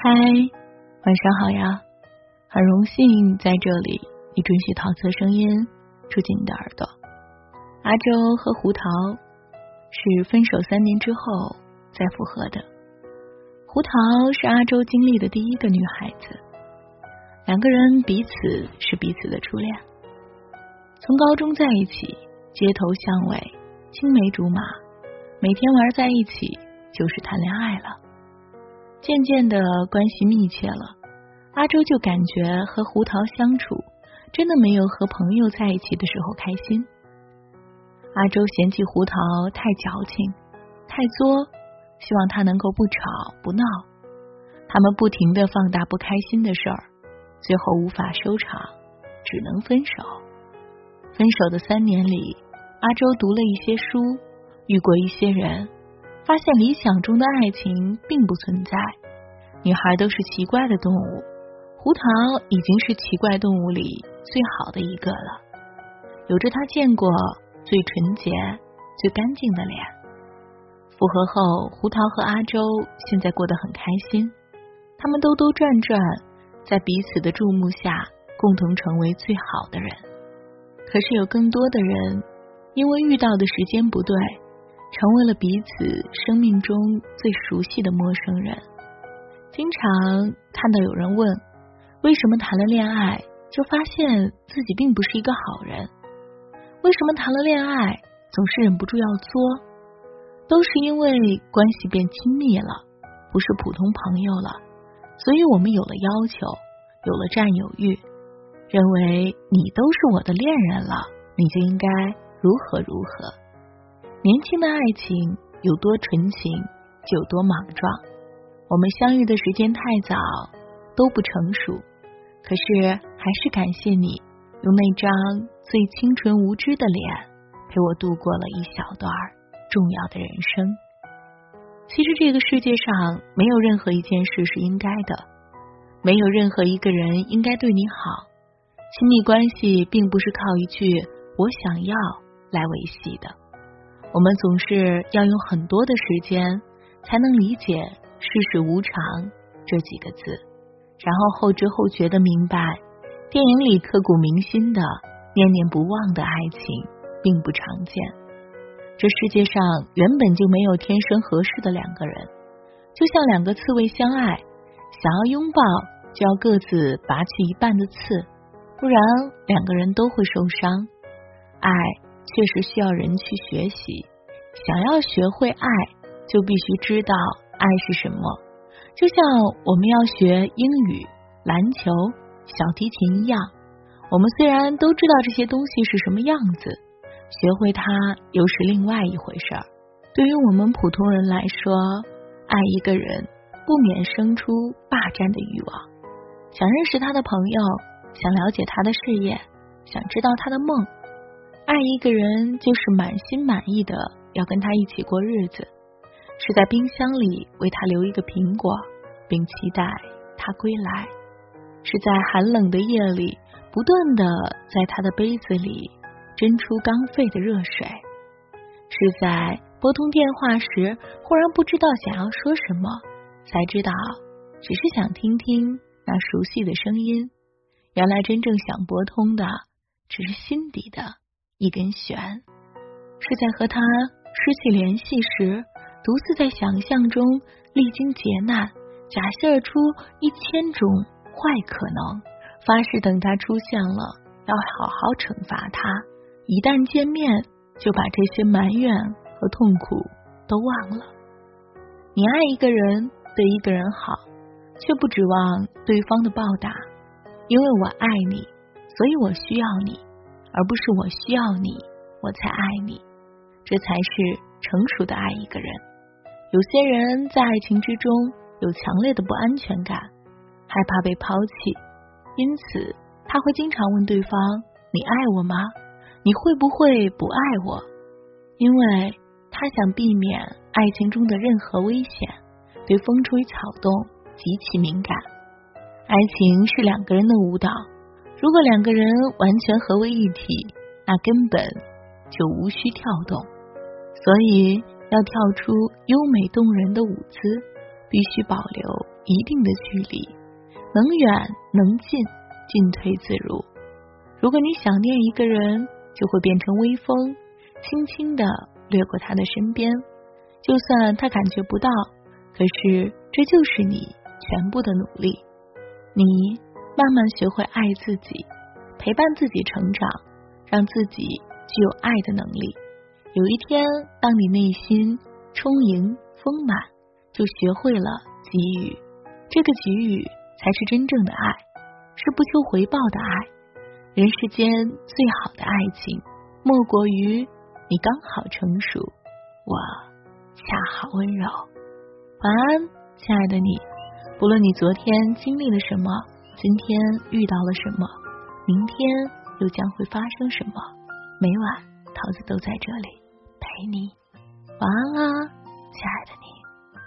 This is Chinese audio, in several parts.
嗨，晚上好呀！很荣幸在这里，你准许桃色声音住进你的耳朵。阿周和胡桃是分手3年之后再复合的。胡桃是阿周经历的第一个女孩子，两个人彼此是彼此的初恋。从高中在一起，街头巷尾，青梅竹马，每天玩在一起就是谈恋爱了。渐渐的关系密切了，阿周就感觉和胡桃相处真的没有和朋友在一起的时候开心。阿周嫌弃胡桃太矫情太作，希望他能够不吵不闹。他们不停地放大不开心的事儿，最后无法收场，只能分手。分手的3年里，阿周读了一些书，遇过一些人，发现理想中的爱情并不存在。女孩都是奇怪的动物，胡桃已经是奇怪动物里最好的一个了，有着他见过最纯洁最干净的脸。复合后，胡桃和阿周现在过得很开心，他们兜兜转转，在彼此的注目下共同成为最好的人。可是有更多的人因为遇到的时间不对，成为了彼此生命中最熟悉的陌生人。经常看到有人问，为什么谈了恋爱就发现自己并不是一个好人？为什么谈了恋爱总是忍不住要作？都是因为关系变亲密了，不是普通朋友了，所以我们有了要求，有了占有欲，认为你都是我的恋人了，你就应该如何如何。年轻的爱情有多纯情就有多莽撞，我们相遇的时间太早，都不成熟，可是还是感谢你用那张最清纯无知的脸陪我度过了一小段重要的人生。其实这个世界上没有任何一件事是应该的，没有任何一个人应该对你好，亲密关系并不是靠一句我想要来维系的。我们总是要用很多的时间才能理解世事无常这几个字，然后后知后觉地明白，电影里刻骨铭心的念念不忘的爱情并不常见。这世界上原本就没有天生合适的两个人，就像两个刺猬相爱，想要拥抱就要各自拔去一半的刺，不然两个人都会受伤。爱确实需要人去学习，想要学会爱就必须知道爱是什么。就像我们要学英语、篮球、小提琴一样，我们虽然都知道这些东西是什么样子，学会它又是另外一回事儿。对于我们普通人来说，爱一个人不免生出霸占的欲望，想认识他的朋友，想了解他的事业，想知道他的梦。爱一个人就是满心满意的要跟他一起过日子，是在冰箱里为他留一个苹果，并期待他归来，是在寒冷的夜里不断的在他的杯子里斟出刚沸的热水，是在拨通电话时忽然不知道想要说什么，才知道只是想听听那熟悉的声音，原来真正想拨通的只是心底的一根弦，是在和他失去联系时独自在想象中历经劫难，假设出1000种坏可能，发誓等他出现了要好好惩罚他，一旦见面就把这些埋怨和痛苦都忘了。你爱一个人，对一个人好，却不指望对方的报答，因为我爱你，所以我需要你，而不是我需要你我才爱你，这才是成熟的爱一个人。有些人在爱情之中有强烈的不安全感，害怕被抛弃，因此他会经常问对方，你爱我吗？你会不会不爱我？因为他想避免爱情中的任何危险，对风吹草动极其敏感。爱情是两个人的舞蹈，如果两个人完全合为一体，那根本就无需跳动。所以要跳出优美动人的舞姿，必须保留一定的距离，能远能近，进退自如。如果你想念一个人，就会变成微风，轻轻地掠过他的身边，就算他感觉不到，可是这就是你全部的努力。你慢慢学会爱自己，陪伴自己成长，让自己具有爱的能力。有一天，当你内心充盈丰满，就学会了给予，这个给予才是真正的爱，是不求回报的爱。人世间最好的爱情，莫过于你刚好成熟，我恰好温柔。晚安，亲爱的你，不论你昨天经历了什么，今天遇到了什么，明天又将会发生什么，每晚桃子都在这里陪你。晚安啦，亲爱的你。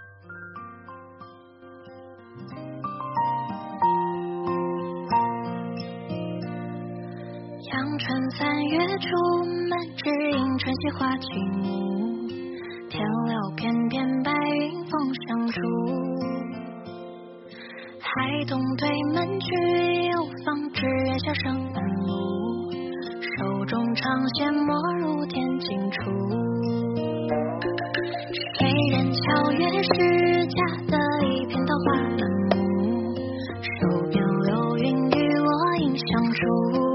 阳春3月初，满枝迎春溪花起舞，天留片片白云风相助。孩童对门去，有方知月下声门路，手中长线没入天尽处。谁人巧月是家的一片桃花满目，手边流云与我影相助。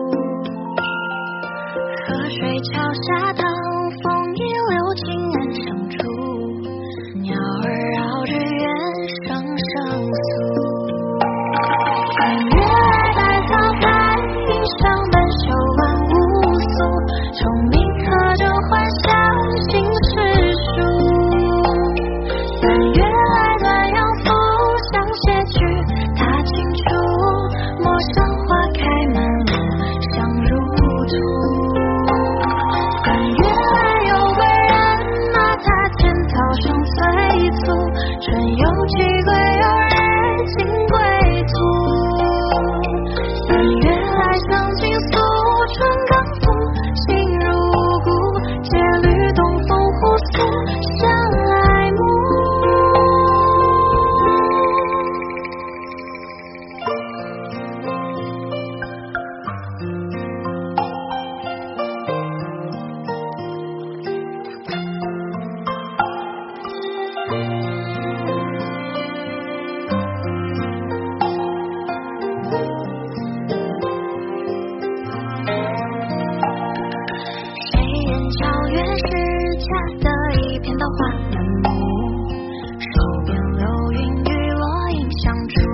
河水桥下当风一流情岸相处，鸟儿绕日月声声诉。3月来百草开，云上半袖万物素，虫鸣和着欢笑心事书。3月来暖阳拂香斜去，踏青处，陌上花开满路香如土。春有几归，有日尽归途。3月来相亲诉，春刚复，心如故。借缕东风互诉，相爱慕。桃花满目，手边流云与我影相助。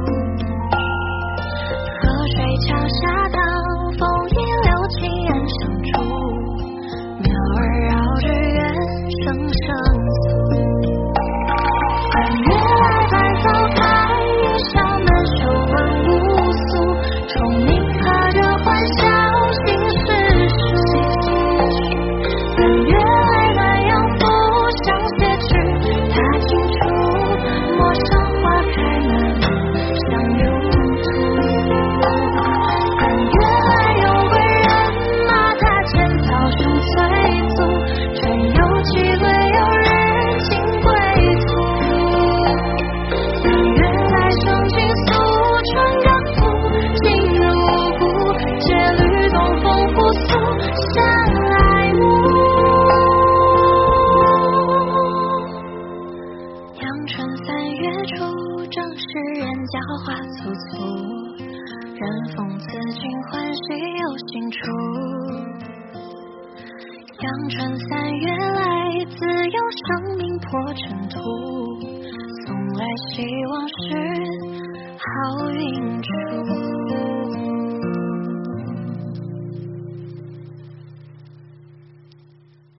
河水桥下当风一流情岸相处，鸟儿绕日月声声诉。3月来百草开，云上满袖万物素，虫鸣和着欢笑心事书。3月来暖阳家豪花簇簇，人逢此君欢喜有心处。阳春3月来，自有生命破尘土，送来希望是好运处。